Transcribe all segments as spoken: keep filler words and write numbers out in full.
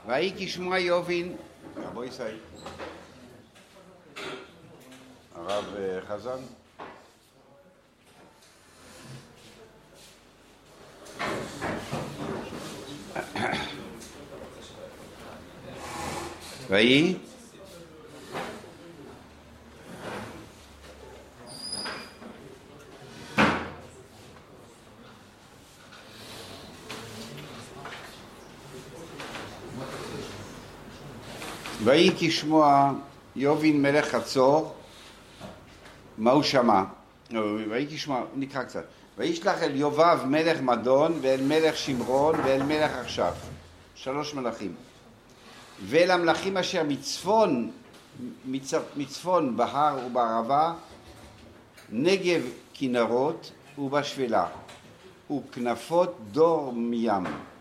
ויהי כשמוע יובין, רבו ישראל, הרב חזן, ויהי ויהי כשמוע יובין מלך חצור, מה הוא שמע? ויהי כשמוע, נקרא קצת. וישלח אל יובב מלך מדון ואל מלך שמרון ואל מלך עכשיו, שלוש מלכים. ואל המלכים אשר מצפון, מצ... מצפון בהר ובערבה, נגב כנרות ובשפלה, וכנפות דור מים.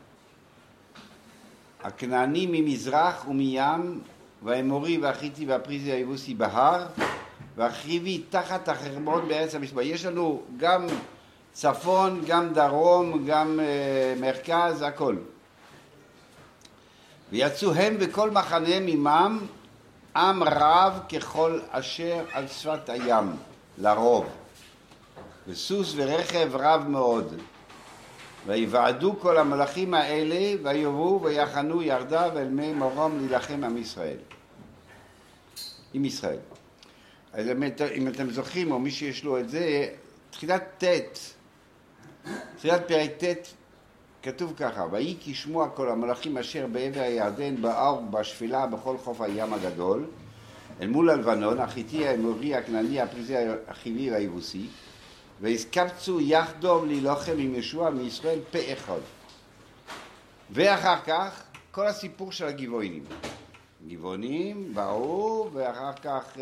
הכנעני ממזרח ומים, והאמורי והחיתי והפריזי והיבוסי בהר, והחיבי תחת החרמון בארץ המדבר. יש לנו גם צפון, גם דרום, גם uh, מרכז, הכל. ויצאו הם וכל מחניהם עמם עם רב ככל אשר על שפת הים, לרוב, וסוס ורכב רב מאוד. ויוועדו כל המלאכים האלה ויובאו ויחנו יחדיו אל מי מרום להילחם עם ישראל. עם ישראל. אז אם אתם זוכרים, או מי שיש לו את זה, תחילת ט', תחילת פרק ט', כתוב ככה: ויהי כשמוע כל המלאכים אשר בעבר הירדן בהר ובשפלה בכל חוף הים הגדול, אל מול הלבנון, החיתי, האמורי, הכנעני, הפריזי, החיבי והיבוסי, והסקבצו יחדו להילחם עם ישוע מישראל פה אחד. ואחר כך כל הסיפור של הגבעונים. גבעונים באו, ואחר כך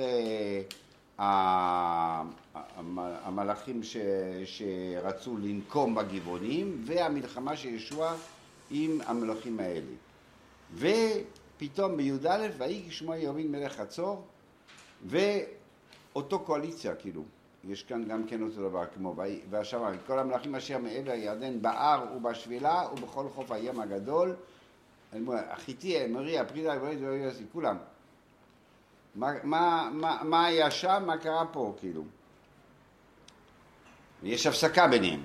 אה, המלאכים ש, שרצו לנקום בגבעונים, והמלחמה של ישוע עם המלאכים האלה. ופתאום בי"א ויהי כשמוע יובין מלך חצור, ואותו קואליציה כאילו. יש כאן גם כן אותו דבר, כמו והשמע, כל המלאכים אשר מעבר הירדן בהר ובשפלה ובכל חוף הים הגדול, החיתי, האמורי, הפריזי, היבוסי, כולם. מה, מה, מה, מה היה שם, מה קרה פה, כאילו? ויש הפסקה ביניהם.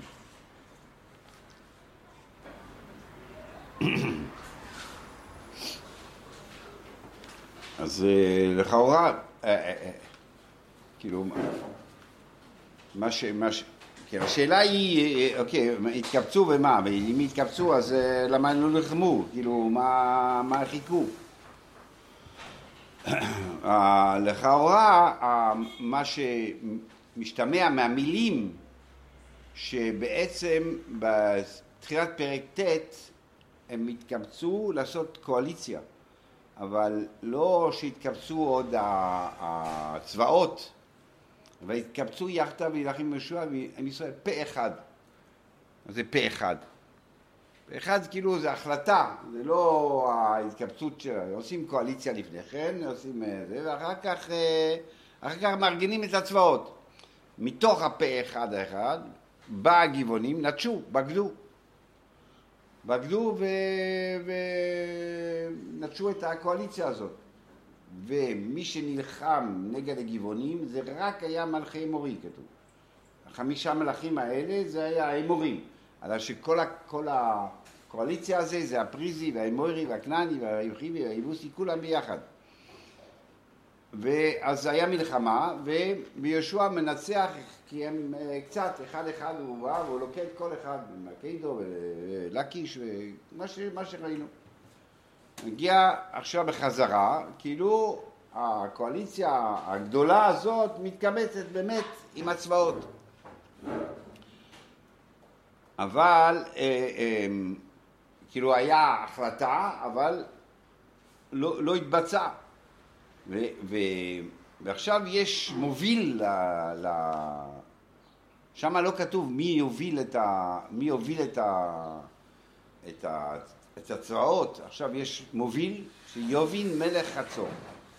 אז לכאורה, כאילו, מה ש... מה ש... כן, השאלה היא, אוקיי, התקבצו ומה? ואם התקבצו, אז למה הם לא נלחמו? כאילו, מה, מה חיכו? לכאורה, מה שמשתמע מהמילים, שבעצם בתחילת פרק ט' הם התקבצו לעשות קואליציה, אבל לא שהתקבצו עוד הצבאות, והתקבצו יחדיו להילחם עם ישוע ועם ישראל פה אחד. זה פה אחד. פה אחד כאילו זה החלטה, זה לא ההתקבצות שלה. עושים קואליציה לפני כן, עושים זה, ואחר כך, אחר כך מארגנים את הצבאות. מתוך הפה אחד האחד, בא הגבעונים, נטשו, בגדו. בגדו ו... ונטשו את הקואליציה הזאת. ומי שנלחם נגד הגבעונים זה רק היה מלכי אמורי, כתוב. החמישה מלכים האלה זה היה האמורים. אלא שכל כל הקואליציה הזה זה הפריזי והאמורי והכנעני והחיבי והיבוסי, כולם ביחד. ואז היה מלחמה, וישוע מנצח, כי הם קצת, אחד אחד הוא בא, והוא לוקח כל אחד, מקיידו ולקיש ומה שראינו. מגיע עכשיו בחזרה, כאילו הקואליציה הגדולה הזאת מתקבצת באמת עם הצבאות. אבל, אה, אה, כאילו היה החלטה, אבל לא, לא התבצע. ו, ו, ועכשיו יש מוביל ל... ל שם לא כתוב מי יוביל את ה... מי יוביל את ה... את ה... את הצבאות. עכשיו יש מוביל שיובין מלך חצור.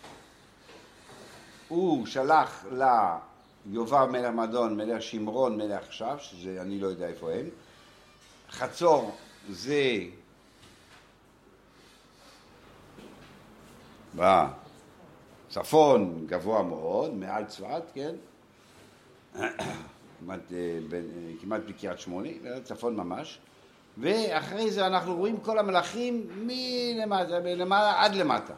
הוא שלח ליובב מלך מדון, מלך שמרון, מלך עכשיו, שזה אני לא יודע איפה הם. חצור זה בצפון גבוה מאוד, מעל צפת, כן? כמעט, כמעט בקריית שמונה, צפון ממש. ואחרי זה אנחנו רואים כל המלאכים מלמטה, מלמעלה עד למטה.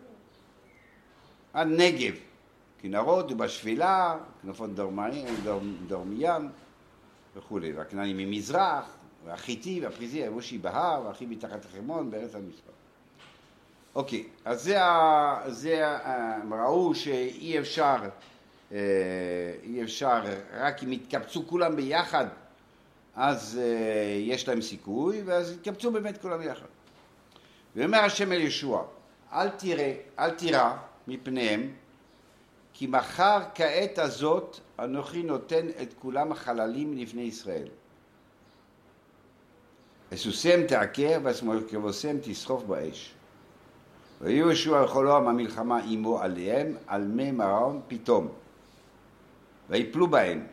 עד נגב. כנרות ובשבילה, כנפות דורמיים וכו'. והכנענים ממזרח, והחיטי והפריזי, היבושי בהר, והכי מתחת החרמון בארץ המספר. אוקיי, אז זה, זה הם ראו שאי אפשר, אי אפשר, רק אם יתקבצו כולם ביחד, אז יש להם סיכוי, ואז יתקבצו באמת כולם ביחד. ואומר השם אל ישוע, אל תראה, אל תירא מפניהם, כי מחר כעת הזאת אנוכי נותן את כולם החללים לפני ישראל. הסוסיהם תעקר והסמוכבוסיהם תסחוף באש. ויהיו ישוע וכל העם המלחמה עמו עליהם, על מי מרום פתאום. ויפלו בהם.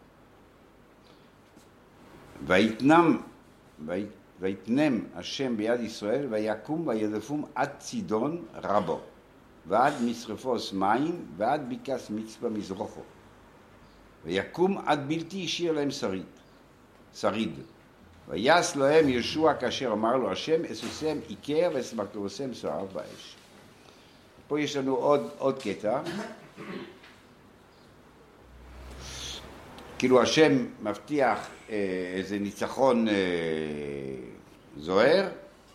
ויתנם, ויתנם השם ביד ישראל, ויקום וירדפום עד צידון רבו. ועד משרפוס מים, ועד בקעת מצפה מזרחו. ויקום עד בלתי השאיר להם שריד. שריד. ויעש להם ישוע כאשר אמר לו השם, אסוסיהם עיקר וסמכבוסיהם שרף באש. פה יש לנו עוד, עוד קטע. כאילו השם מבטיח אה, איזה ניצחון אה, זוהר,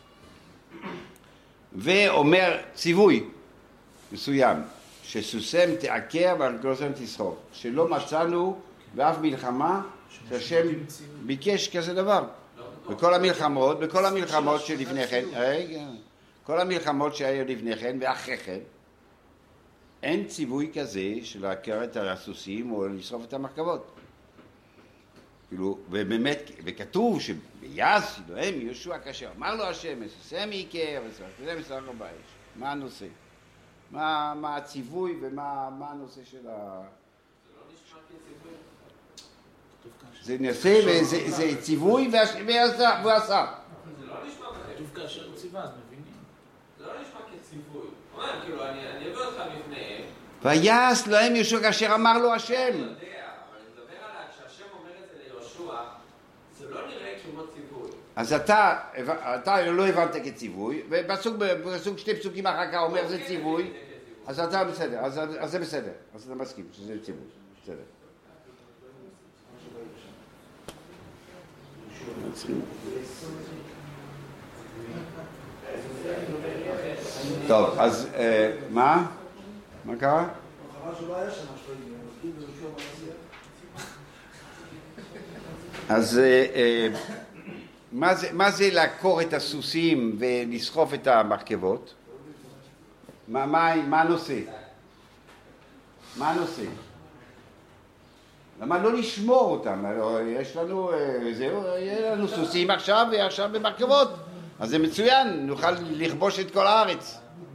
ואומר ציווי מסוים, שסוסיהם תעקר וארגלותיהם תסחוף, שלא מצאנו באף מלחמה שהשם ביקש כזה דבר. בכל המלחמות, בכל המלחמות שלפני כן, רגע, כל המלחמות שהיו לפני כן ואחרי כן, אין ציווי כזה של לעקר את הסוסים או לשרוף את המרכבות. כאילו, ובאמת, וכתוב שביעש אלוהים יהושע כאשר אמר לו השם, סוסיהם עיקר וסמכבוסיהם שרף באש. מה הנושא? מה, מה הציווי ומה מה הנושא של ה... זה נושא וזה זה ציווי ועשה. זה לא נשמע כתוב כאשר הוא ציווה, אז מבינים. זה לא נשמע כציווי. אומר, כאילו, אני אביא אותך לפניהם. ויעש להם יהושע כאשר אמר לו השם. אני יודע, אבל אני מדבר עליו, כשהשם אומר את זה ליהושע, זה לא נראה כמו ציווי. אז אתה, אתה לא הבנת כציווי, ובסוג שתי פסוקים אחר כך אומר זה ציווי, אז אתה בסדר, אז זה בסדר, אז אתה מסכים שזה ציווי, בסדר. טוב, אז מה? מה קרה? אז מה זה, מה זה לעקור את הסוסים ולסחוף את המרכבות? מה, מה, מה הנושא? מה הנושא? למה לא לשמור אותם? יש לנו, זהו, יהיה לנו סוסים עכשיו ועכשיו במרכבות. אז זה מצוין, נוכל לכבוש את כל הארץ.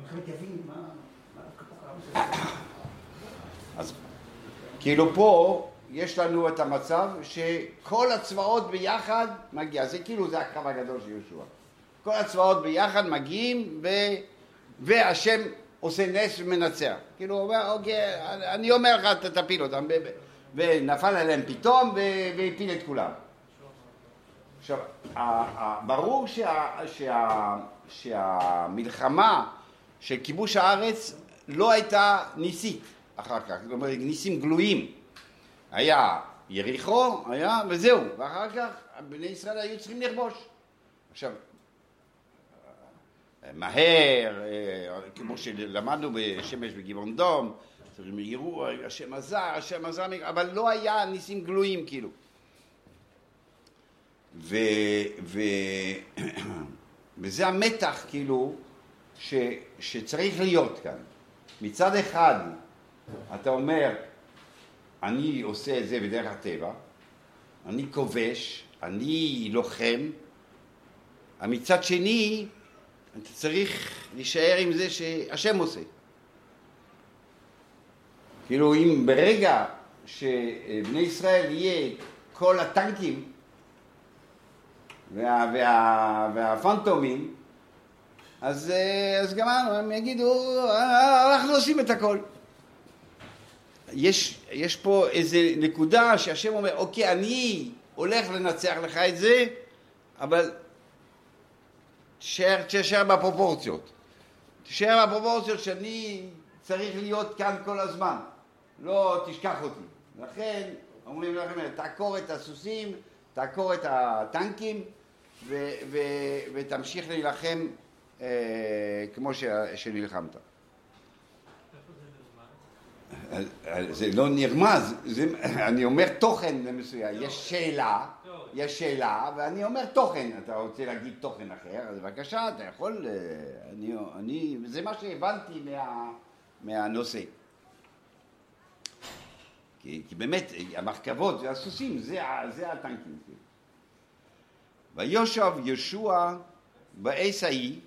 אז כאילו פה יש לנו את המצב שכל הצבאות ביחד מגיע, זה כאילו זה הקרב הגדול של יהושע. כל הצבאות ביחד מגיעים ו... והשם עושה נס ומנצח. כאילו הוא אומר, אוקיי, אני אומר לך, תפיל אותם. ונפל עליהם פתאום והפיל את כולם. עכשיו, ברור שה, שה, שהמלחמה של כיבוש הארץ לא הייתה ניסית אחר כך, זאת אומרת ניסים גלויים. היה יריחו, היה וזהו, ואחר כך בני ישראל היו צריכים לכבוש. עכשיו, מהר, כמו שלמדנו בשמש בגבעון דום, יראו השם עזר, השם עזר, אבל לא היה ניסים גלויים כאילו. ו, ו, וזה המתח כאילו ש, שצריך להיות כאן. מצד אחד אתה אומר, אני עושה את זה בדרך הטבע, אני כובש, אני לוחם, מצד שני אתה צריך להישאר עם זה שהשם עושה. כאילו אם ברגע שבני ישראל יהיה כל הטנקים וה, וה, והפנטומים, אז, אז גמרנו, הם יגידו, אנחנו עושים את הכל. יש, יש פה איזה נקודה שהשם אומר, אוקיי, אני הולך לנצח לך את זה, אבל תשאר, תשאר בפרופורציות. תשאר בפרופורציות שאני צריך להיות כאן כל הזמן. לא תשכח אותי. לכן אומרים לכם, תעקור את הסוסים, תעקור את הטנקים, ו- ו- ותמשיך להילחם אה, כמו ש- שנלחמת. זה לא נרמז, זה, אני אומר תוכן מסוים, יש שאלה, יש שאלה, ואני אומר תוכן, אתה רוצה להגיד תוכן אחר, אז בבקשה, אתה יכול, אני, אני, זה מה שהבנתי מה, מהנושא. כי, כי באמת, המחכבות והסוסים, זה, זה הטנקים. ויושב ישוע בעץ ההיא,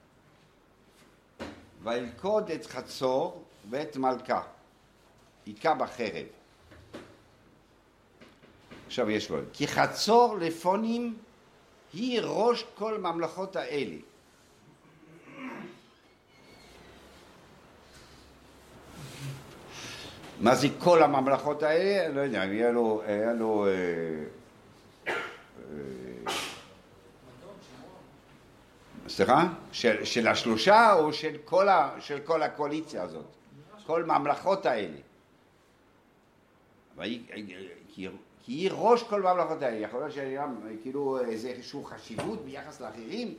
וילכוד את חצור ואת מלכה. היכה בחרב. עכשיו יש לו, כי חצור לפונים היא ראש כל ממלכות האלה. מה זה כל הממלכות האלה? לא יודע, היה לו, היה לו אה, אה, סליחה? של, של השלושה או של כל, ה, של כל הקואליציה הזאת? כל ממלכות האלה. והיא, כי, כי היא ראש כל ממלכות האלה, יכול להיות שהיה כאילו איזושהי חשיבות ביחס לאחרים,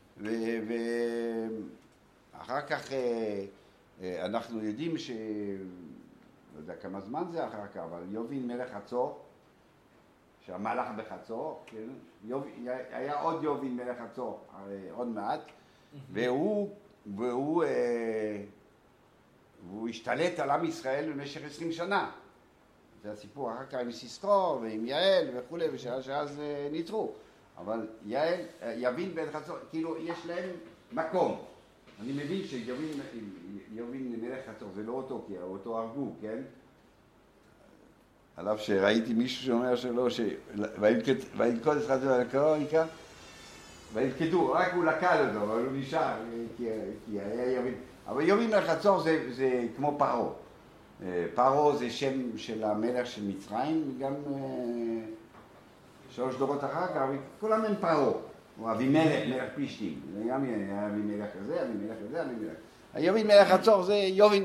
ואחר כך אנחנו יודעים ש... לא יודע כמה זמן זה אחר כך, אבל יובין מלך חצור, שהמלך בחצור, כן? יוב, היה עוד יובין מלך חצור, עוד מעט, והוא, והוא, והוא השתלט על עם ישראל במשך עשרים שנה. זה הסיפור אחר כך עם סיסטרו ועם יעל וכו', ושאז ניצרו. אבל יעל, יבין בן חצור, כאילו יש להם מקום. אני מבין שיובין מלך חצור, זה לא אותו, כי אותו הרגו, כן? עליו שראיתי מישהו שאומר שלא, וילכוד את חצור ולקרוא, וילכדו, רק הוא לקל אותו, אבל הוא נשאר, כי היה יובין. אבל יובין מלך חצור זה כמו פרעה. פרעה זה שם של המלך של מצרים, וגם שלוש דורות אחר כך, וכולם הם פרעה. הוא אבימלך, מלך פלישתים. זה גם היה אבימלך כזה, אבימלך כזה, אבימלך. היובין מלך חצור זה יובין,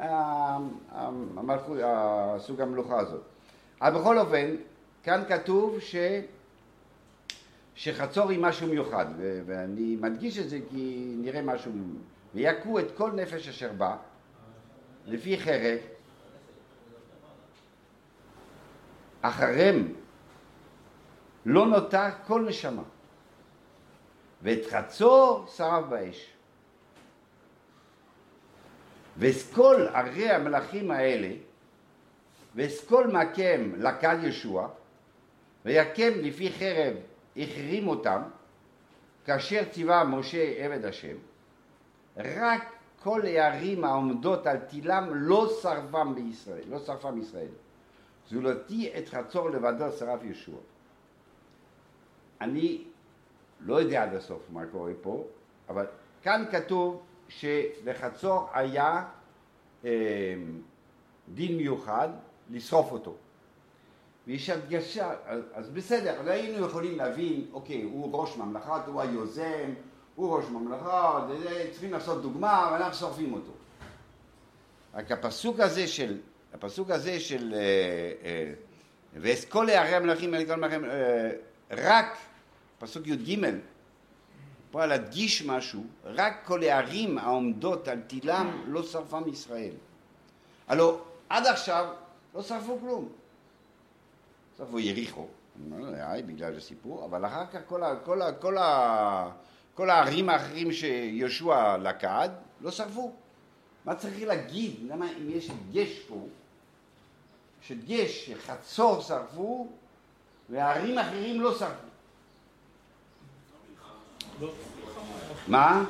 סוג המלוכה הזאת. אבל בכל אופן, כאן כתוב ש... שחצור היא משהו מיוחד, ואני מדגיש את זה כי נראה משהו, ויכו את כל נפש אשר בא, לפי חרב, אחריהם לא נותר כל נשמה, ואת חצור שרף באש. ואסכול ערי המלאכים האלה, ואסכול מכם לקל ישוע, ויקם לפי חרב החרים אותם, כאשר ציווה משה עבד השם, רק כל הערים העומדות על תילם לא שרפם בישראל, לא שרפם ישראל. זולתי את חצור לבדו שרף ישוע. אני לא יודע עד הסוף מה קורה פה, אבל כאן כתוב שלחצור היה אה, דין מיוחד לשרוף אותו. ויש הדגשה, אז, אז בסדר, לא היינו יכולים להבין, אוקיי, הוא ראש ממלכה, הוא היוזם, הוא ראש ממלכה, צריכים לעשות דוגמה, ואנחנו שורפים אותו. רק הפסוק הזה של, הפסוק הזה של, אה, אה, ואסכול הערי המלאכים, אה, רק, פסוק י"ג, פה להדגיש משהו, רק כל הערים העומדות על תילם לא שרפם ישראל. הלוא עד עכשיו לא שרפו כלום. שרפו יריחו, בגלל הסיפור, אבל אחר כך כל, ה, כל, ה, כל, ה, כל הערים האחרים שיהושע לקד לא שרפו. מה צריך להגיד? למה אם יש דגש פה, שדגש שחצור שרפו והערים האחרים לא שרפו. מה?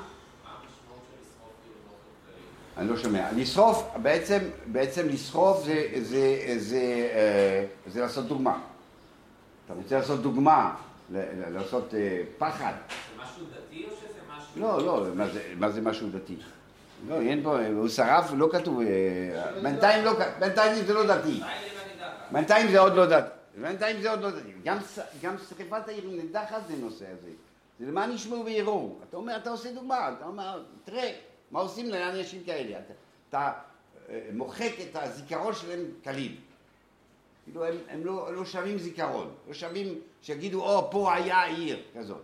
אני לא שומע. לשרוף, בעצם, בעצם לשרוף זה, זה, זה, זה לעשות דוגמה. אתה רוצה לעשות דוגמה, לעשות פחד. זה משהו דתי או שזה משהו לא, לא, מה זה, מה זה משהו דתי? לא, אין פה, הוא שרף, לא כתוב, בינתיים לא, בינתיים זה לא דתי. בינתיים זה עוד לא דתי. בינתיים זה עוד לא דתי. גם, גם שריפת העיר נידחת זה נושא הזה. זה למען ישמעו ויראו. אתה אומר, אתה עושה דוגמה, אתה אומר, תראה, מה עושים לאנשים כאלה? אתה, אתה מוחק את הזיכרון שלהם כליל. כאילו, הם, הם לא, לא שווים זיכרון, לא שווים שיגידו, או, פה היה עיר כזאת.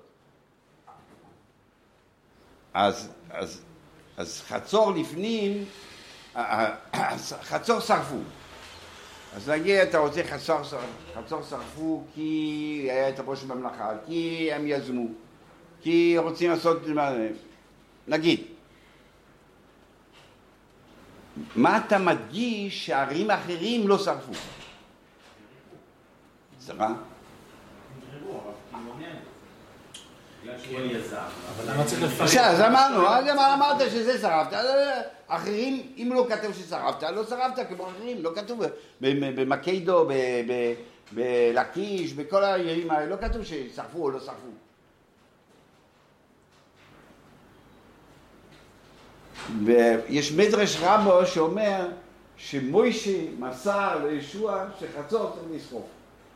אז, אז, אז חצור לפנים, חצור שרפו. אז נגיד, אתה רוצה חצור, חצור שרפו כי היה את הראש בממלכה, כי הם יזמו, כי רוצים לעשות, נגיד. מה אתה מדגיש שערים אחרים לא שרפו? שרה? אז אמרנו, אז אמרת שזה שרפת, אחרים, אם לא כתוב ששרפת, לא שרפת כמו אחרים, לא כתוב במקיידו, בלקיש, בכל העירים האלה, לא כתוב ששרפו או לא שרפו. ויש מדרש רבו שאומר שמוישה מסר לישוע שחצור צריך לשרוף.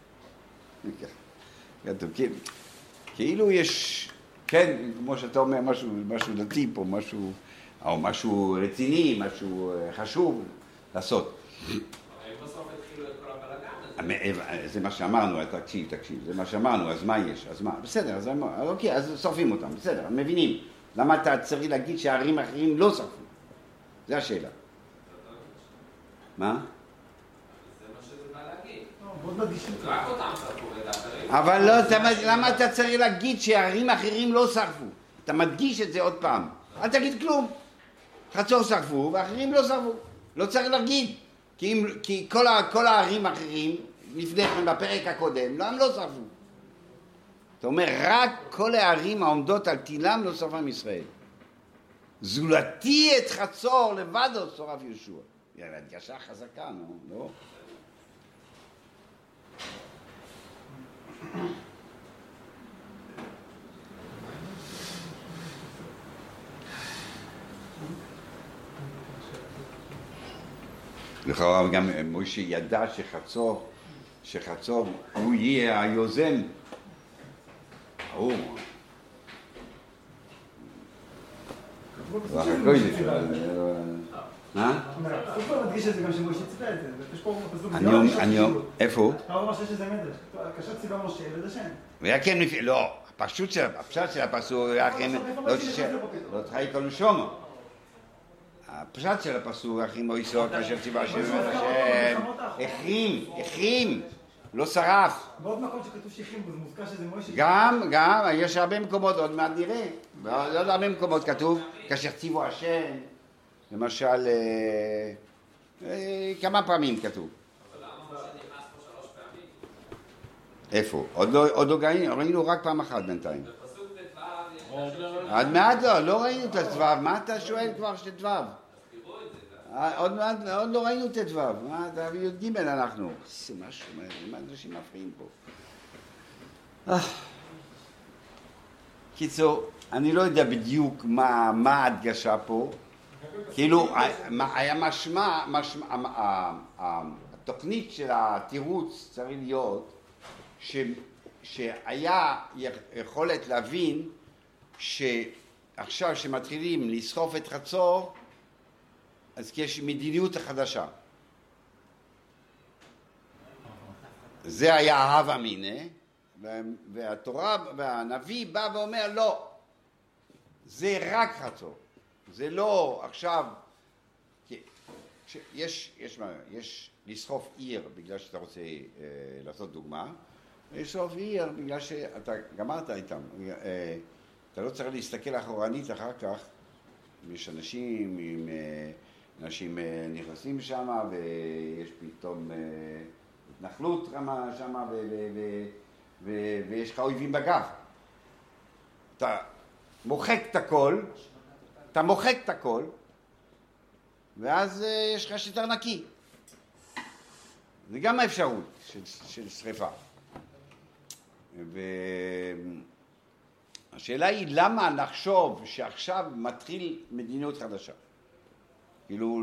כתוב, כאילו יש, כן, כמו שאתה אומר, משהו, משהו דתי פה, משהו, או משהו רציני, משהו חשוב לעשות. אבל בסוף התחילו את כל הבלגן. זה מה שאמרנו, תקשיב, תקשיב, זה מה שאמרנו, אז מה יש? אז מה? בסדר, אז אוקיי, אז שורפים אותם, בסדר, מבינים. למה אתה צריך להגיד שהערים האחרים לא שרפו? זה השאלה. מה? זה מה שזה בא להגיד. רק אותם שרפו את האחרים. אבל לא, למה אתה צריך להגיד שהערים האחרים לא שרפו? אתה מדגיש את זה עוד פעם. אל תגיד כלום. חצור שרפו ואחרים לא שרפו. לא צריך להגיד. כי, אם, כי כל, כל הערים האחרים, לפני כן בפרק הקודם, לא, הם לא שרפו. אתה אומר, רק כל הערים העומדות על תילם לא שרפם ישראל. זולתי את חצור לבדו שרף יהושע. הדגשה חזקה, לא? לא? לכאורה גם מוישה ידע שחצור, שחצור הוא יהיה היוזם. הוא. לא יודע. מה? הוא כבר מדגיש את זה גם שמוישה ציווה את זה. יש פה פסוק. אני אומר, איפה? הרב אומר שיש איזה מדרש. הקשת ציווה משה ודשן. ויקם לפי, לא, הפשוט של, הפשט של הפסוק, לא צריך לקרוא לשומו. הפשט של הפסוק, אחי מויסו, כאשר ציווה השם ודשן, החרים, החרים, לא שרף. בעוד מקום שכתוב שהחרים, זה מוזכר שזה מוישה. גם, גם, יש הרבה מקומות, עוד מעט נראה. לא הרבה מקומות כתוב, כאשר ציוו השם, למשל, כמה פעמים כתוב. אבל למה משה נכנס פה שלוש פעמים? איפה? עוד לא, עוד לא ראינו רק פעם אחת בינתיים. בפסוק ט"ו יש... עד מעט לא, לא ראינו את ט"ו, מה אתה שואל כבר שט"ו? עוד מעט, עוד לא ראינו ט"ו, מה, אתה י"ג אנחנו. זה משהו, מה אנשים מפריעים פה? קיצור, אני לא יודע בדיוק מה, מה ההדגשה פה, כאילו, היה משמע, משמע, התוכנית של התירוץ צריך להיות ש, שהיה יכולת להבין שעכשיו שמתחילים לסחוף את חצור, אז יש מדיניות חדשה. זה היה הווה אמינא, והתורה והנביא בא ואומר לא, זה רק חצור. זה לא עכשיו, יש, יש, יש לסחוף עיר בגלל שאתה רוצה אה, לעשות דוגמה, לסחוף עיר בגלל שאתה גמרת איתם. אה, אתה לא צריך להסתכל אחורנית אחר כך, יש אנשים, עם, אה, אנשים אה, נכנסים שם ויש פתאום אה, התנחלות שם ו, ו, ו, ו, ויש לך אויבים בגב. אתה מוחק את הכל, אתה מוחק את הכל, ואז uh, יש לך שטר נקי. זה גם האפשרות של, של שריפה. ו... השאלה היא למה נחשוב שעכשיו מתחיל מדיניות חדשה. כאילו,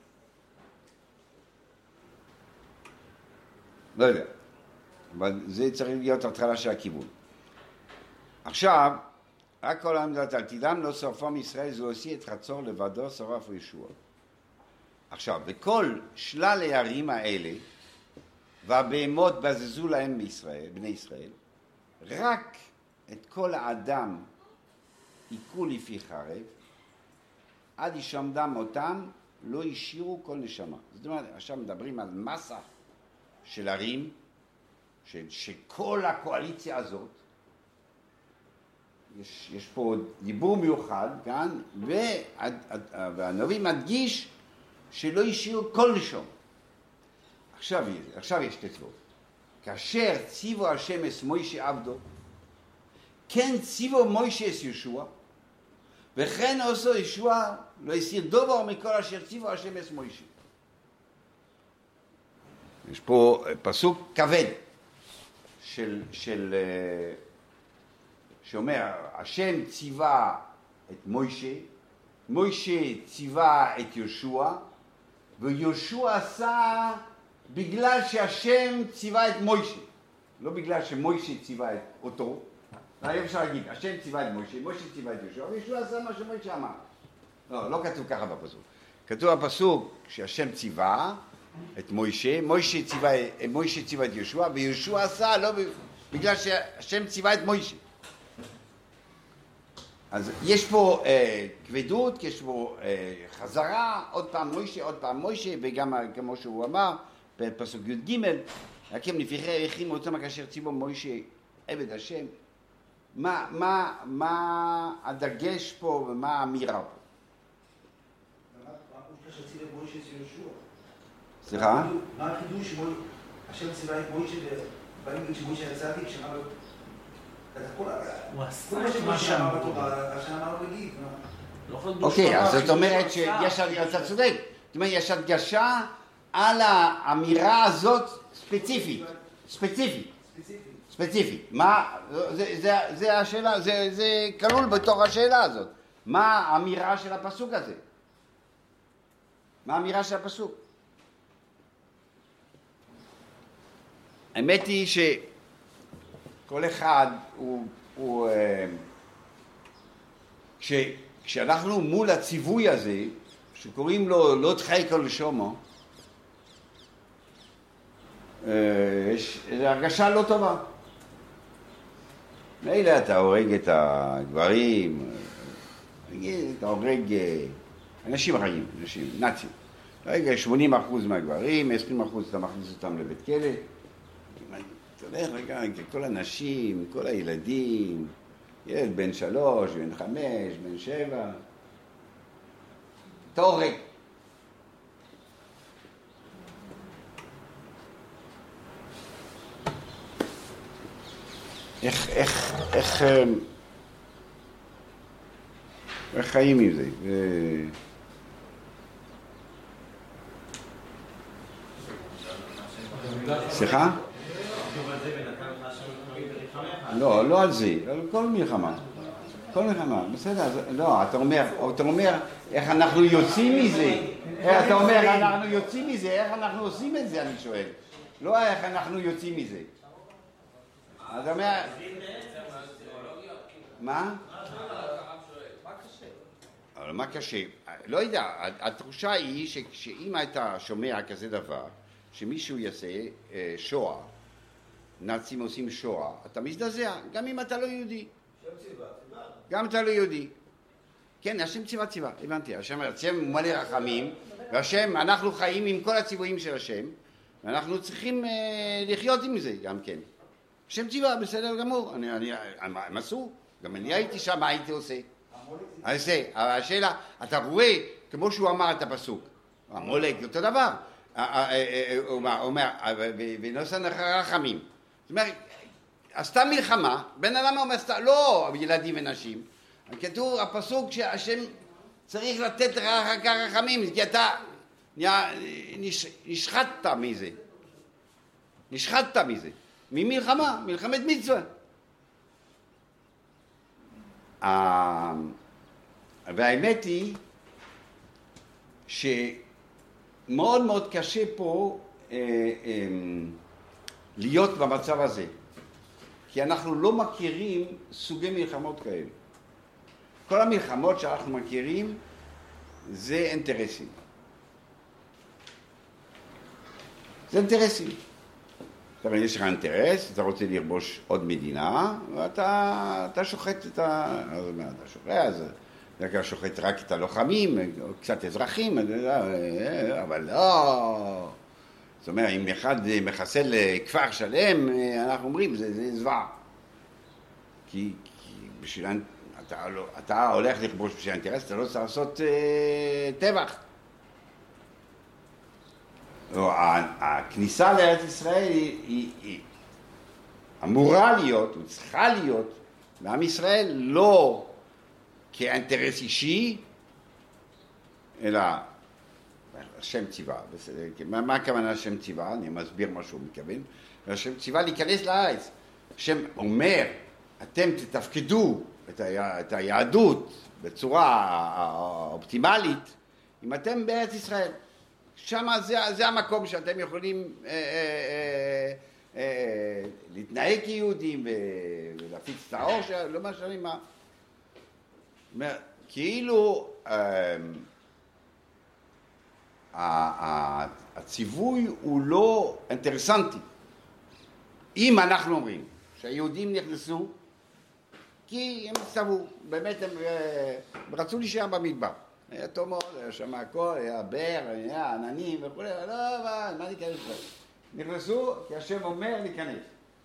לא יודע, אבל זה צריך להיות התחלה של הכיוון. עכשיו, רק כל העם יודעת, עתידם לא שרפם ישראל, זה עושי את חצור לבדו, שרף ישוע. עכשיו, וכל שלל הערים האלה, והבהמות בזזו להם בישראל, בני ישראל, רק את כל האדם עיקו לפי חרב, עד ישמדם אותם, לא השאירו כל נשמה. זאת אומרת, עכשיו מדברים על מסה של ערים, ש, שכל הקואליציה הזאת, יש, יש פה דיבור מיוחד כאן, והנביא מדגיש שלא השאירו כל נשום. עכשיו, עכשיו יש תצוות. כאשר ציוו השם את מוישה עבדו, כן ציוו מוישה את ישוע, וכן עשו ישוע לא הסיר דבר מכל אשר ציוו השם את מוישה. יש פה פסוק כבד של, של, שאומר, השם ציווה את מוישה, מוישה ציווה את ישוע, וישוע עשה בגלל שהשם ציווה את מוישה, לא בגלל שמוישה ציווה את אותו. אי אפשר להגיד, השם ציווה את מוישה, מוישה ציווה את ישוע, וישוע עשה מה שמוישה אמר. לא, לא כתוב ככה בפסוק. כתוב בפסוק שהשם ציווה את מוישה, מוישה ציווה, מוישה ציווה את ישוע, וישוע עשה לא בגלל שהשם ציווה את מוישה. אז יש פה אה, כבדות, יש פה אה, חזרה, עוד פעם מוישה, עוד פעם מוישה, וגם כמו שהוא אמר, בפסוק י"ג, הקם לפיכם הכינו אותם כאשר ציוו מוישה עבד השם. מה, מה, מה הדגש פה ומה האמירה פה? מה החידוש שציווה את מוישה את יהושע? סליחה? מה החידוש שהשם ציווה את מוישה ובאים להגיד שמוישה יצא צדיק, שאמר לו הוא עשה מה שמוישה אמר בתורה, השם אמר לו להגיד. אוקיי, אז זאת אומרת שיש, אתה צודק, זאת אומרת יש הדגשה על האמירה הזאת ספציפית, ספציפית, ספציפית. מה, זה, זה, זה השאלה, זה, זה כלול בתוך השאלה הזאת. מה האמירה של הפסוק הזה? מה האמירה של הפסוק? האמת היא שכל אחד הוא, הוא כש, כשאנחנו מול הציווי הזה, שקוראים לו לא תחי כל שומו, יש הרגשה לא טובה. מילא אתה הורג את הגברים, אתה הורג אנשים חיים, אנשים, נאצים. רגע, שמונים אחוז מהגברים, עשרים אחוז אתה מכניס אותם לבית כלא. אתה הולך רגע, כל הנשים, כל הילדים, ילד בן שלוש, בן חמש, בן שבע, אתה הורג. איך, איך, איך, איך חיים עם זה? סליחה? לא, לא על זה, על כל מלחמה. כל מלחמה, בסדר, לא, אתה אומר, אתה אומר, איך אנחנו יוצאים מזה? אתה אומר, אנחנו יוצאים מזה, איך אנחנו עושים את זה, אני שואל. לא איך אנחנו יוצאים מזה. אתה אומר... מה? אבל מה קשה? לא יודע, התחושה היא שאם אתה שומע כזה דבר, שמישהו יעשה שואה, נאצים עושים שואה, אתה מזדעזע, גם אם אתה לא יהודי. גם אתה לא יהודי. כן, השם ציווה ציווה, הבנתי. השם, השם מלא רחמים, והשם, אנחנו חיים עם כל הציוויים של השם, ואנחנו צריכים לחיות עם זה גם כן. השם ציווה, בסדר גמור, אני, אני, הם עשו, גם אני הייתי שם, מה הייתי עושה? אז זה, השאלה, אתה רואה, כמו שהוא אמר את הפסוק, המולק, אותו דבר, הוא אומר, ונוסע נחר רחמים. זאת אומרת, עשתה מלחמה, בן אדם אומר, לא ילדים ונשים, כתוב הפסוק שהשם צריך לתת לך רחמים, כי אתה נשחטת מזה, נשחטת מזה. ממלחמה, מלחמת מצווה. והאמת היא שמאוד מאוד קשה פה אה, אה, להיות במצב הזה, כי אנחנו לא מכירים סוגי מלחמות כאלה. כל המלחמות שאנחנו מכירים זה אינטרסים. זה אינטרסים. זאת אומרת, יש לך אינטרס, אתה רוצה לרבוש עוד מדינה, ואתה אתה שוחט את ה... אז מה, אתה שוחט, אז אתה שוחט רק את הלוחמים, קצת אזרחים, אבל לא. זאת אומרת, אם אחד מחסל כפר שלם, אנחנו אומרים, זה, זה זוועה. כי, כי בשביל... אתה, לא, אתה הולך לכבוש בשביל האינטרס, אתה לא צריך לעשות אה, טבח. הכניסה לארץ ישראל היא, היא, היא אמורה להיות, היא צריכה להיות, לעם ישראל לא כאינטרס אישי, אלא השם ציווה. מה, מה הכוונה השם ציווה? אני מסביר מה שהוא מתכוון. השם ציווה להיכנס לארץ. השם אומר, אתם תתפקדו את, ה, את היהדות בצורה אופטימלית, אם אתם בארץ ישראל. שם זה, זה המקום שאתם יכולים אה, אה, אה, להתנהג כיהודים ולהפיץ את האור, לא משנה מה. אומר, כאילו אה, הציווי הוא לא אינטרסנטי. אם אנחנו אומרים שהיהודים נכנסו, כי הם סבו, באמת הם רצו להישאר במדבר. היה טוב מאוד, היה שם הכל, היה בר, היה עננים וכו', לא, אבל מה ניכנס לזה? נכנסו, כי השם אומר להיכנס.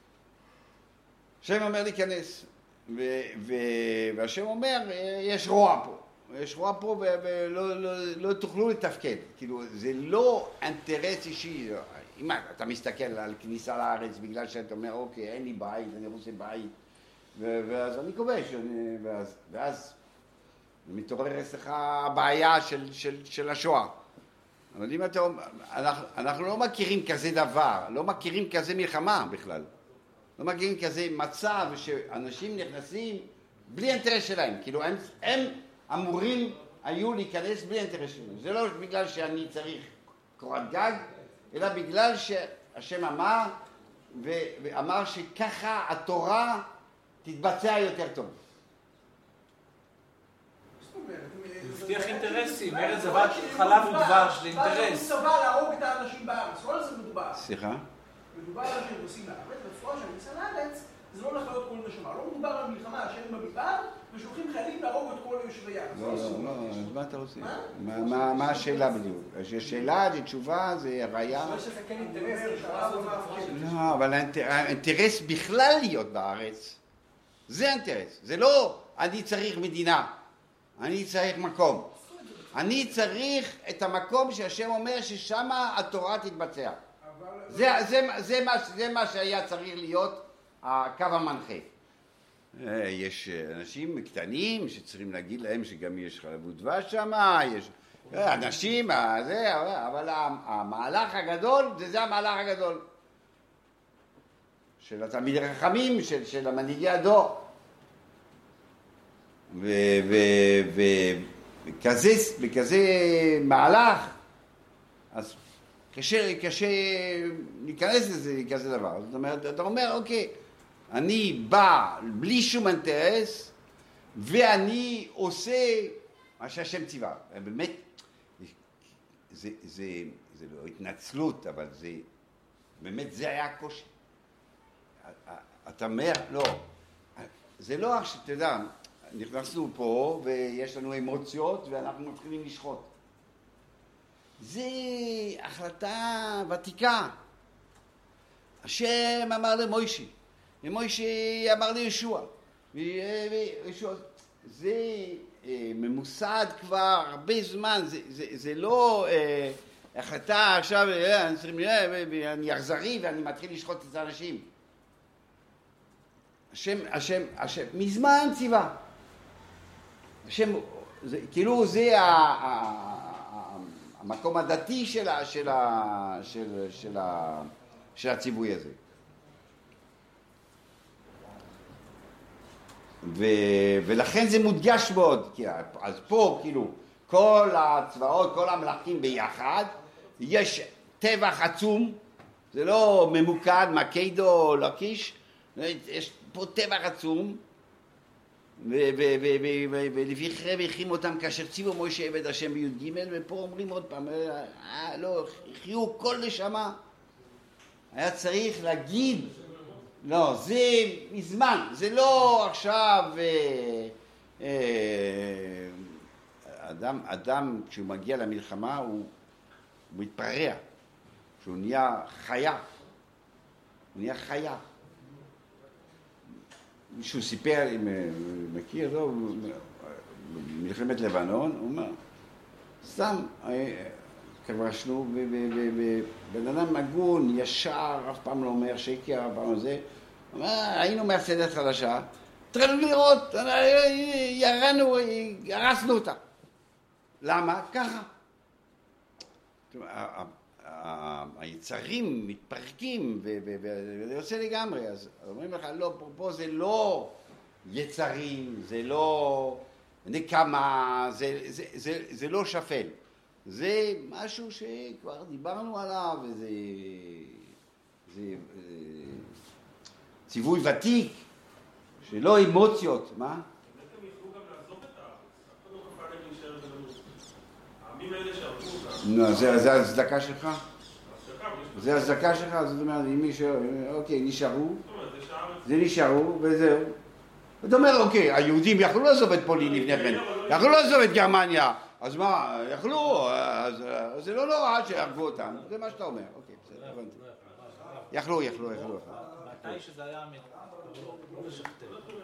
השם אומר להיכנס, ו- ו- והשם אומר, יש רוע פה. יש רוע פה ולא לא, לא תוכלו לתפקד. כאילו, זה לא אינטרס אישי. אם אתה מסתכל על כניסה לארץ בגלל שאתה אומר, אוקיי, אין לי בית, אני רוצה בית, ו- ואז אני כובש, ואז... ואז מתעורר אצלך הבעיה של, של, של השואה. אבל אם אתה אומר, אנחנו, אנחנו לא מכירים כזה דבר, לא מכירים כזה מלחמה בכלל. לא מכירים כזה מצב שאנשים נכנסים בלי אינטרס שלהם. כאילו הם, הם אמורים היו להיכנס בלי אינטרס שלהם. זה לא בגלל שאני צריך קורת גג, אלא בגלל שהשם אמר, ו, ואמר שככה התורה תתבצע יותר טוב. מבטיח אינטרסים, ארץ זבת חלב ודבש, זה אינטרס. הוא צבא להרוג את האנשים בארץ, לא על זה מדובר. סליחה? מדובר על אנשים נוסעים לארץ, בפרוע שאני נוסע לארץ, זה לא הולך להיות כל נשמה. לא מדובר על מלחמה אשר במדבר, ושולחים חיילים להרוג את כל יושבי הארץ. לא, לא, לא, אז מה אתה רוצה? מה השאלה בדיוק? השאלה, התשובה, זה הראייה. לא שזה כן אינטרס, לא, אבל האינטרס בכלל להיות בארץ, זה האינטרס. זה לא, אני צריך מדינה. אני צריך מקום. אני צריך את המקום שהשם אומר ששם התורה תתבצע. זה, זה, זה, מה, זה מה שהיה צריך להיות הקו המנחה. יש אנשים קטנים שצריכים להגיד להם שגם יש חלב ודבש שם, יש אנשים, זה, אבל המהלך הגדול, זה, זה המהלך הגדול. של התלמידי החכמים, של, של המנהיגי הדור. וכזה, בכזה מהלך, אז קשה, קשה להיכנס לזה, כזה דבר. זאת אומרת, אתה אומר, אוקיי, אני בא בלי שום אינטרס, ואני עושה מה שהשם ציווה. באמת, זה, זה, זה לא התנצלות, אבל זה, באמת זה היה קושי. אתה אומר, לא, זה לא רק שאתה יודע, נכנסנו פה ויש לנו אמוציות ואנחנו מתחילים לשחוט. זה החלטה ותיקה. השם אמר למוישי, ומוישי אמר לישוע. וישוע, זה ממוסד כבר הרבה זמן, זה, זה, זה לא אה, החלטה עכשיו, אני צריך, אני אכזרי ואני מתחיל לשחוט את האנשים. השם, השם, השם, מזמן ציווה. השם, זה, כאילו זה ה, ה, ה, המקום הדתי של, ה, של, ה, של, של, ה, של הציווי הזה. ו... ולכן זה מודגש מאוד, כי... אז פה כאילו כל הצבאות, כל המלכים ביחד, יש טבח עצום, זה לא ממוקד, מקדו, לקיש, יש פה טבח עצום, ולפיכך והחרימו אותם כאשר ציוו מוישה עבד השם בי"ג, ופה אומרים עוד פעם, אה, לא, החיו כל נשמה. היה צריך להגיד, לא, זה מזמן, זה לא עכשיו, אה, אה, אדם, אדם כשהוא מגיע למלחמה הוא, הוא מתפרע, שהוא נהיה חיה, הוא נהיה חיה. מישהו סיפר, אם מכיר, לא, מלחמת לבנון, הוא אומר, סתם, כבשנו, ובן אדם הגון, ישר, אף פעם לא אומר שקר, אף פעם לא זה, הוא אומר, היינו מהפסדת חדשה, תראה לראות, ירנו, הרסנו אותה. למה? ככה. היצרים מתפרקים וזה יוצא לגמרי, אז אומרים לך, לא, פה זה לא יצרים, זה לא נקמה, זה, זה, זה, זה לא שפל. זה משהו שכבר דיברנו עליו, וזה זה, זה, ציווי ותיק, שלא אמוציות, מה? הם יכלו גם לעזוב את הארץ, אף אחד לא כפה עליהם להישאר בגלות. העמים האלה שהרגו אותם. זה ההצדקה שלך? זה ההצדקה שלך, זאת אומרת, אם מישהו, אוקיי, נשארו, זה נשארו, וזהו. זאת אומרת, אוקיי, היהודים יכלו לעזוב את פולין לפני כן, יכלו לעזוב את גרמניה, אז מה, יכלו, אז זה לא נורא שהרגו אותם, זה מה שאתה אומר, אוקיי, בסדר, הבנתי. יכלו, יכלו, יכלו. מתי שזה היה לא לשכתב.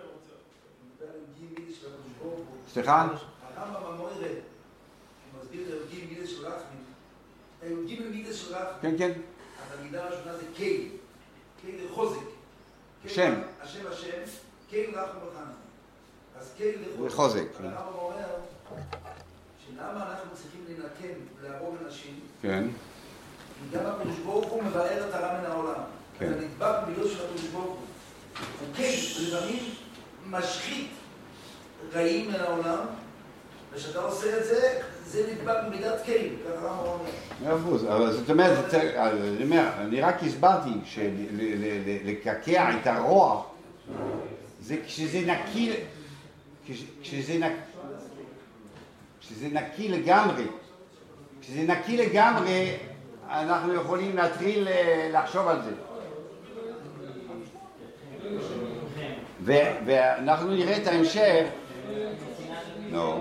סליחה? הרמב"ם המוירה, שמסביר את היהודים מידס של רחמים, היהודים מידס של רחמים, כן, כן. אז המידה הראשונה זה קייל, קייל זה חוזק. השם. השם השם, קייל רחם וחנן. אז קייל זה חוזק. הרמב"ם אומר, שלמה אנחנו צריכים לנקם ולהרוג אנשים, כן. כי גם הקדוש ברוך הוא מבאר את הרע מן העולם. כן. אתה נדבק במידות של הקדוש ברוך הוא. הוא קייל, לפעמים משחית רעים מן העולם, ושאתה עושה את זה, זה נדבק במידת קייל, ככה הרמב"ם אומר. מאה אבל זאת אומרת, אני אומר, אני רק הסברתי שלקעקע את הרוע, זה כשזה נקי, כשזה נקי, כשזה נקי לגמרי, כשזה נקי לגמרי, אנחנו יכולים להתחיל לחשוב על זה. ואנחנו נראה את ההמשך, נו,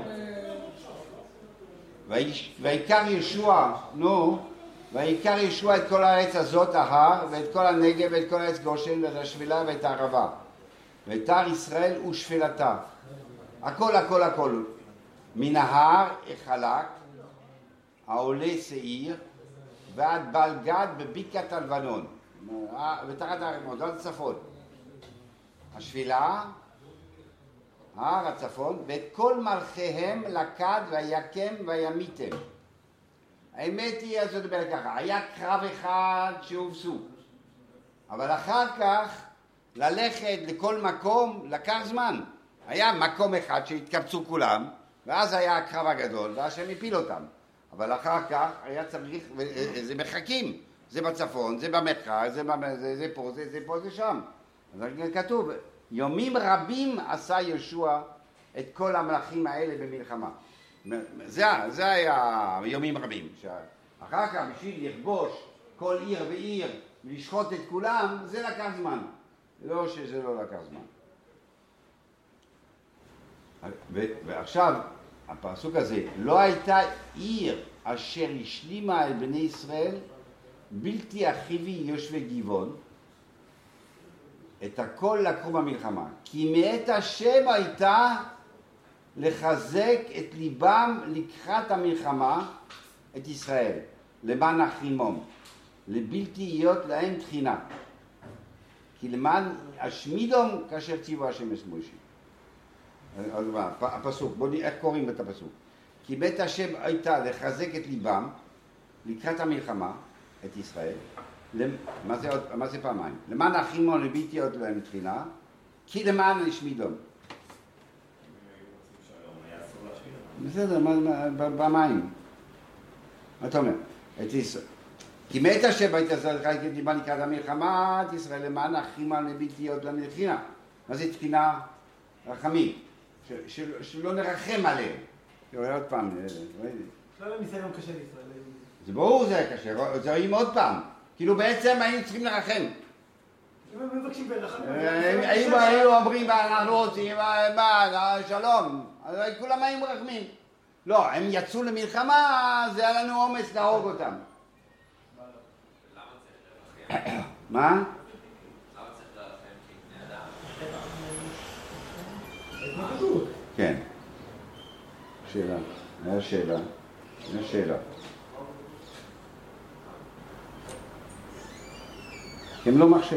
ויקר ישוע, נו, ויקר ישוע את כל הארץ הזאת, ההר, ואת כל הנגב, ואת כל הארץ גושן, ואת השפלה ואת הערבה. ואת הר ישראל ושפלתה. הכל, הכל, הכל. מן ההר החלק, העולה שעיר, ועד בלגד בבקעת הלבנון. ותחת הרמות, עד הצפון. השפלה, הר הצפון, ואת כל מלכיהם לקד ויקם וימיתם. האמת היא, אז זאת אומרת ככה, היה קרב אחד שהובסו, אבל אחר כך ללכת לכל מקום לקח זמן. היה מקום אחד שהתקבצו כולם, ואז היה הקרב הגדול, והשם הפיל אותם. אבל אחר כך היה צריך, זה מחכים, זה בצפון, זה במרכז, זה, זה, זה פה, זה, זה פה, זה שם. אז כתוב, יומים רבים עשה יהושע את כל המלכים האלה במלחמה. זה, זה היה יומים רבים. אחר כך בשביל לכבוש כל עיר ועיר ולשחוט את כולם, זה לקח זמן. לא שזה לא לקח זמן. ו- ועכשיו, הפסוק הזה, לא הייתה עיר אשר השלימה על בני ישראל בלתי אחיבי יושבי גבעון, את הכל לקחו במלחמה. כי מאת השם הייתה לחזק את ליבם לקראת המלחמה את ישראל, למען החימום, לבלתי להיות להם תחינה. כי למען השמידום כאשר ציווה השם את משה. אז מה, הפסוק, בואו נראה איך קוראים את הפסוק. כי בית השם הייתה לחזק את ליבם לקראת המלחמה את ישראל, מה זה, מה זה פעמיים? למען החימום לבלתי להיות להם תחינה, כי למען השמידום. בסדר, במים. מה אתה אומר? את ישראל. כי מת השם בית ישראל חי כדיבה לקראת המלחמה, את ישראל למען אחים הנביטיות למלחינה. מה זה תחינה? רחמים. שלא נרחם עליהם. עוד פעם, לא היה ניסיון קשה לישראל. זה ברור זה היה קשה, זה רואים עוד פעם. כאילו בעצם היינו צריכים לרחם. הם מבקשים ברחם. היינו אומרים, אנחנו רוצים, מה, שלום. כולם היו מרחמים. לא, הם יצאו למלחמה, זה היה לנו אומץ להרוג אותם. מה? למה צריך לרחם כבני אדם? כן. שאלה. היה שאלה. היה שאלה. הם לא מחשב.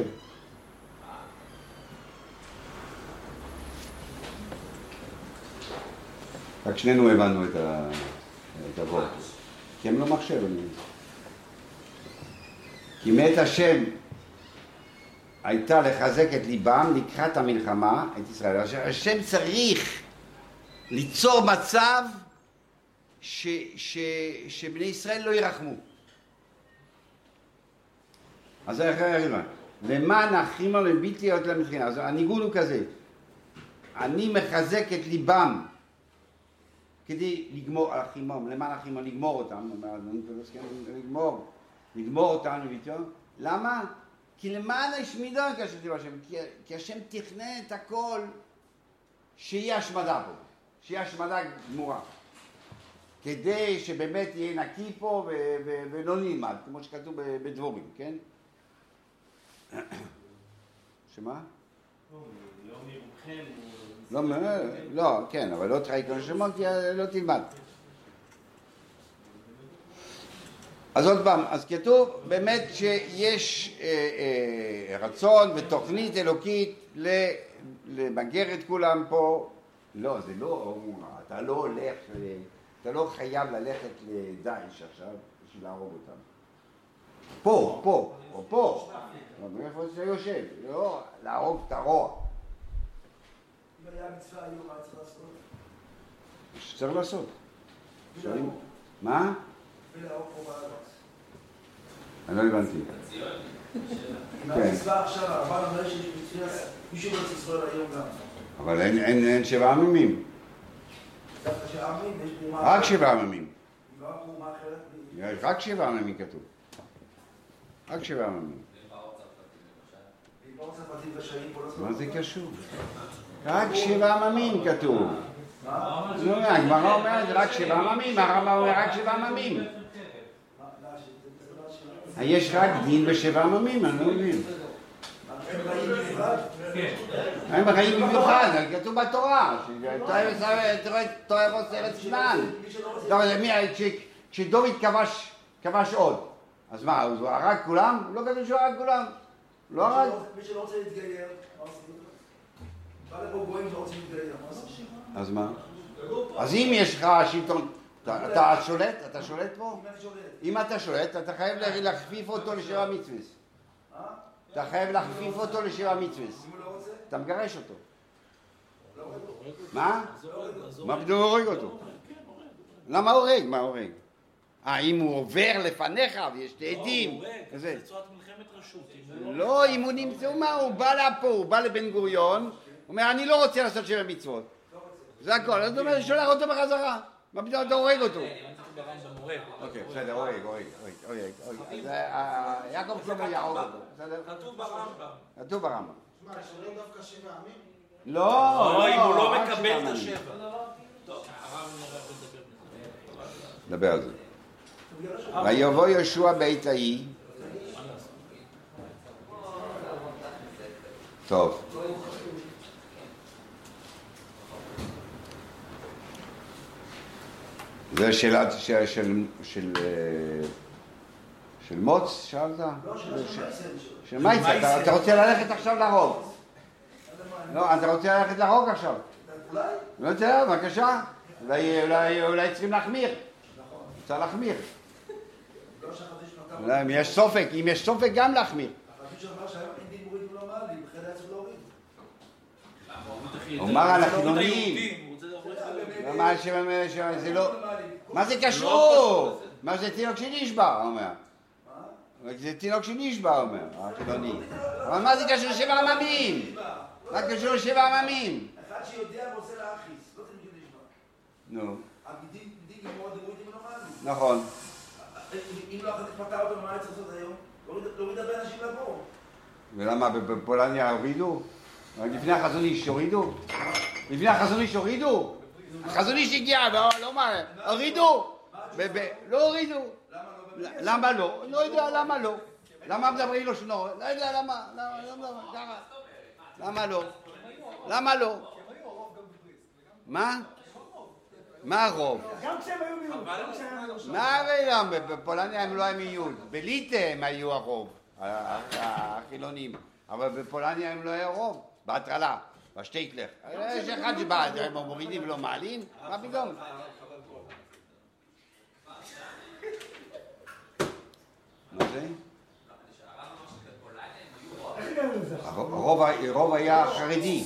רק שנינו הבנו את הדבר. כי הם לא מחשב. כי מת השם הייתה לחזק את ליבם לקראת המלחמה, את ישראל. השם צריך ליצור מצב ש, ש, שבני ישראל לא ירחמו. אז זה אחרי הרימה. למען אחים לבלתי להיות למלחמה. אז הניגון הוא כזה. אני מחזק את ליבם כדי לגמור, החימום, למען החימום, לגמור אותם. לגמור. לגמור אותנו, למה? כי למען השמידו כשתיב השם, כי השם תכנן את הכל שיהיה השמדה פה, שיהיה השמדה גמורה, כדי שבאמת יהיה נקי פה ולא נלמד, כמו שכתוב בדבורים, כן? שמה? לא, לא, כן, אבל לא תראי כל שמות, כי לא תלמד. אז עוד פעם, אז כתוב באמת שיש אה, אה, רצון ותוכנית אלוקית למגר את כולם פה. לא, זה לא, אתה לא הולך, אתה לא חייב ללכת לדאעש עכשיו בשביל להרוג אותם. פה, פה, או פה. איפה זה יושב? לא, להרוג את הרוע. אם היה מצווה היום, מה צריך לעשות? שצריך לעשות. מה? ולהרוג פה בארץ. אני לא הבנתי. אם המצווה עכשיו, הרמב"ן אומר שיש מצווה, מישהו בארץ ישראל היום גם. אבל אין שבעה עממים. דווקא שבעה עממים, יש פה מה... רק שבעה עממים. לא פה מה אחרת. יש רק שבעה עממים כתוב. רק שבעה עממים. מה זה קשור? רק שבעה עממים כתוב. מה? הגמרא אומרת רק שבעה עממים, הרמב"ם אומר רק שבעה עממים. יש רק דין בשבעה עממים, אני לא מבין. הם חיים במיוחד? הם חיים במיוחד, כתוב בתורה. תורה ארץ כנען. כשדוד כבש עוד, אז מה, הוא הרג כולם? לא כתוב שהוא הרג כולם. לא הרג. מי שלא רוצה להתגייר, מה עושים? בא לפה גויים שלא רוצים להתגייר, מה עושים? אז מה? אז אם יש לך שלטון, אתה שולט? אתה שולט פה? אם אתה שולט, אתה חייב להכפיף אותו לשבע מצוות. אתה חייב להכפיף אותו לשבע מצוות. אתה מגרש אותו. מה? מה פתאום הורג אותו? למה הורג? מה הורג? אה, אם הוא עובר לפניך ויש עדים. לא, הוא הורג, זה צורת מלחמת רשות. לא, אם הוא נמצא, הוא בא לפה, הוא בא לבן גוריון, הוא אומר, אני לא רוצה לעשות שבע מצוות. זה הכל, אז הוא אומר, שולח אותו בחזרה. מה פתאום אתה הורג אותו? אוקיי, בסדר, הורג, הורג, הורג, הורג. אז יעקב שלמה יהרוג אותו, בסדר? כתוב ברמב"ם. כתוב ברמב"ם. מה, שלא דווקא שבע עמים? לא, לא, אם הוא לא רק מקבל שבע את עמים. השבע. טוב, הרב נראה לדבר בזה. נדבר על זה. ויבוא יהושע בעת ההיא. טוב. זה שאלה של, של, של, של מוץ, שאלת? לא, שאלה של מייסר. של מייסר, אתה, אתה רוצה ללכת עכשיו להרוג. לא, אתה רוצה ללכת להרוג עכשיו. אולי? לא יודע, בבקשה. אולי, אולי, אולי צריכים להחמיר. נכון. צריך להחמיר. לא שכחתי שנתן... אולי אם יש סופק, אם יש סופק גם להחמיר. אבל מי שאומר שהיום אין דין מוריד ולא מעלים, בכלל היה צריך להוריד. אומר על החילונים. מה שבע, זה לא... מה זה קשור? מה זה תינוק שנשבע, אומר. זה תינוק שנשבע, אומר, החילוני. אבל מה זה קשור לשבע עממים? מה קשור לשבע עממים? אחד שיודע ועושה להכיס, לא תמיד שנשבע. נו. הבדיוק מאוד דבורים לא מעלים. נכון. אם לא אחת פתר אותו, מה צריך לעשות היום? להוריד הרבה אנשים לבור. ולמה, בפולניה הורידו? לפני החזון איש הורידו? לפני החזון איש הורידו? החזון איש הגיע, לא מה, הורידו? לא הורידו. למה לא? לא יודע למה לא. למה מדברים לו שנו? לא יודע למה. למה לא? למה לא? מה? מה הרוב? גם כשהם היו מיעוט. מה הרעיון? בפולניה הם לא היו מיעוט. בליטא הם היו הרוב, החילונים. אבל בפולניה הם לא היו רוב. בהטרלה, בשטייקלר. יש אחד שבא, הם מורידים ולא מעלים. מה פתאום? מה זה? הרוב היה חרדי.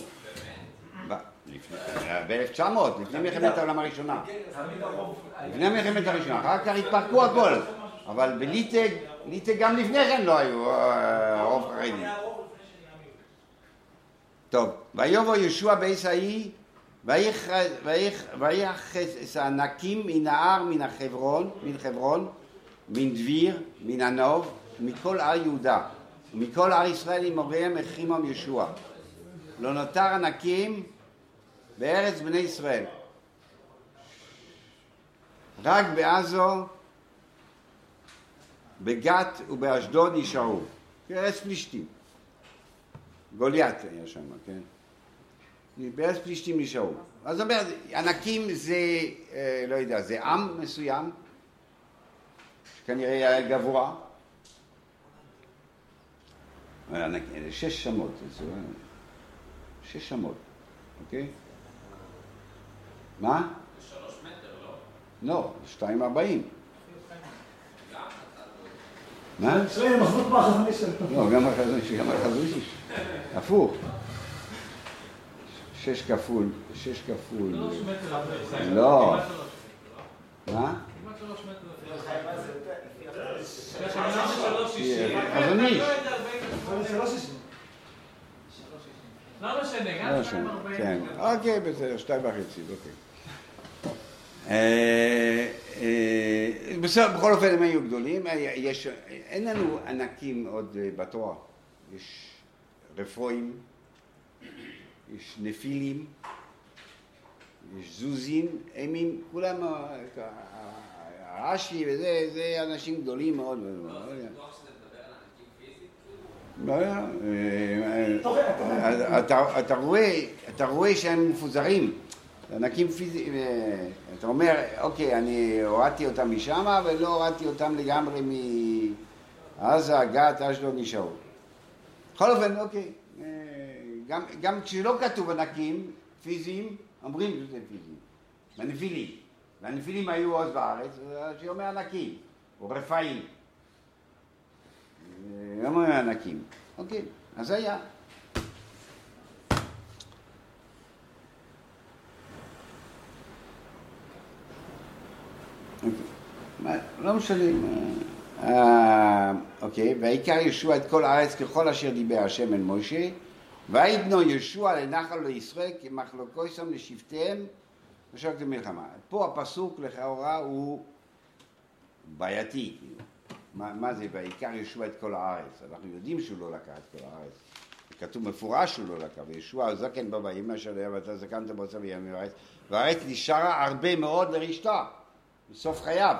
ב-אלף תשע מאות, לפני מלחמת העולם הראשונה. לפני מלחמת הראשונה, אחר כך התפרקו הכל. אבל בליטא, ליטא גם לפני כן לא היו רוב חרדי. טוב, ויבוא ישוע בעץ ההיא, ויחס הענקים מן ההר, מן החברון, מן חברון, מן דביר, מן הנוב, מכל הר יהודה, ומכל הר ישראל עם אוריהם החרימם ישוע. לא נותר ענקים בארץ בני ישראל. רק בעזו, בגת ובאשדוד נשארו. בארץ פלישתים. גוליית היה שם, כן? בארץ פלישתים נשארו. אז זאת אומרת, ענקים זה, אה, לא יודע, זה עם מסוים, שכנראה היה גבוה. שש שמות, שש שמות, אוקיי? מה? שלוש מטר, לא? לא, שתיים ארבעים. מה? שלהם מחזוק מהחזון איש שלו. לא, גם החזון איש, גם החזון איש. הפוך. שש כפול, שש כפול. שלוש מטר. לא. מה? כמעט שלוש מטר. חזון איש. שלוש שישים. לא משנה, גם לא שתיים משנה, ארבעים. כן. אוקיי, בסדר, שתיים וחצי, אוקיי. בסדר, בכל אופן הם היו גדולים. יש, אין לנו ענקים עוד בתורה. יש רפואים, יש נפילים, יש זוזים, אימים, כולם, הרש"י וזה, זה אנשים גדולים מאוד. לא יודע. אתה רואה שהם מפוזרים, ענקים פיזיים, אתה אומר, אוקיי, אני הורדתי אותם משם, ולא הורדתי אותם לגמרי מעזה, גת, אשדוד נשארו. בכל אופן, אוקיי, גם, גם כשלא כתוב ענקים פיזיים, אומרים שזה פיזיים, והנפילים. והנפילים היו עוד בארץ, שאומר ענקים, או רפאים. אומרים ענקים. אוקיי, אז זה היה. אוקיי, לא משנה. אוקיי, ויקרא ישוע את כל הארץ ככל אשר דיבר השם אל משה, ויתנו ישוע לנחל לישראל כמחלוקויסם לשבטיהם ושוקת מלחמה. פה הפסוק לכאורה הוא בעייתי. מה, מה זה? ויקרא ישוע את כל הארץ. אנחנו יודעים שהוא לא לקח את כל הארץ. כתוב מפורש שהוא לא לקח. וישוע הזקן בא ויאמר שלו ואתה זקנת בוצע ויאמר הארץ. והארץ נשארה הרבה מאוד לרשתה. בסוף חייו.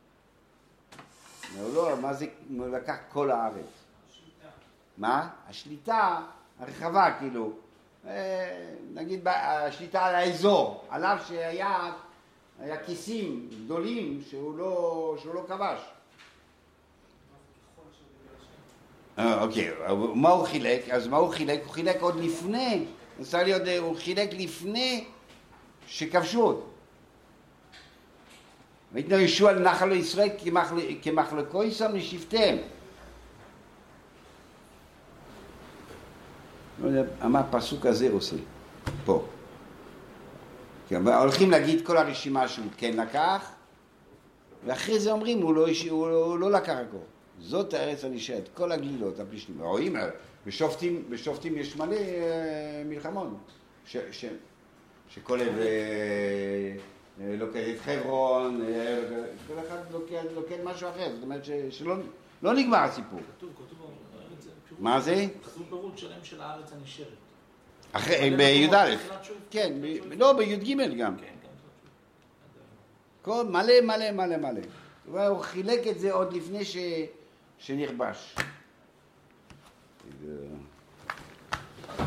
לא, לא, מה זה לקח כל הארץ? השליטה. מה? השליטה הרחבה, כאילו. נגיד, השליטה על האזור, עליו שהיה היה כיסים גדולים שהוא לא, שהוא לא כבש. אוקיי, מה הוא חילק? אז מה הוא חילק? הוא חילק עוד לפני, הוא חילק לפני שכבשו אותו. ויתנו ישוע לנחל ישראל כמחלוקויסם לשבטיהם. לא יודע מה הפסוק הזה עושה פה. כן, הולכים להגיד כל הרשימה שהוא כן לקח, ואחרי זה אומרים, הוא לא, הוא לא, הוא לא לקח הכל. זאת הארץ הנשארת, כל הגלילות, הפלישתים. רואים, בשופטים, בשופטים יש מלא אה, מלחמות, ש, ש, שכולל אה, לוקח את חברון, אה, כל אחד לוקח, לוקח משהו אחר, זאת אומרת ש, שלא לא נגמר הסיפור. כתוב, כתוב, מה זה? כתוב פירוט שלם של הארץ הנשארת. אחרי, בי"א, כן, לא, בי"ג גם. כל מלא מלא מלא מלא. הוא חילק את זה עוד לפני ש... שנכבש.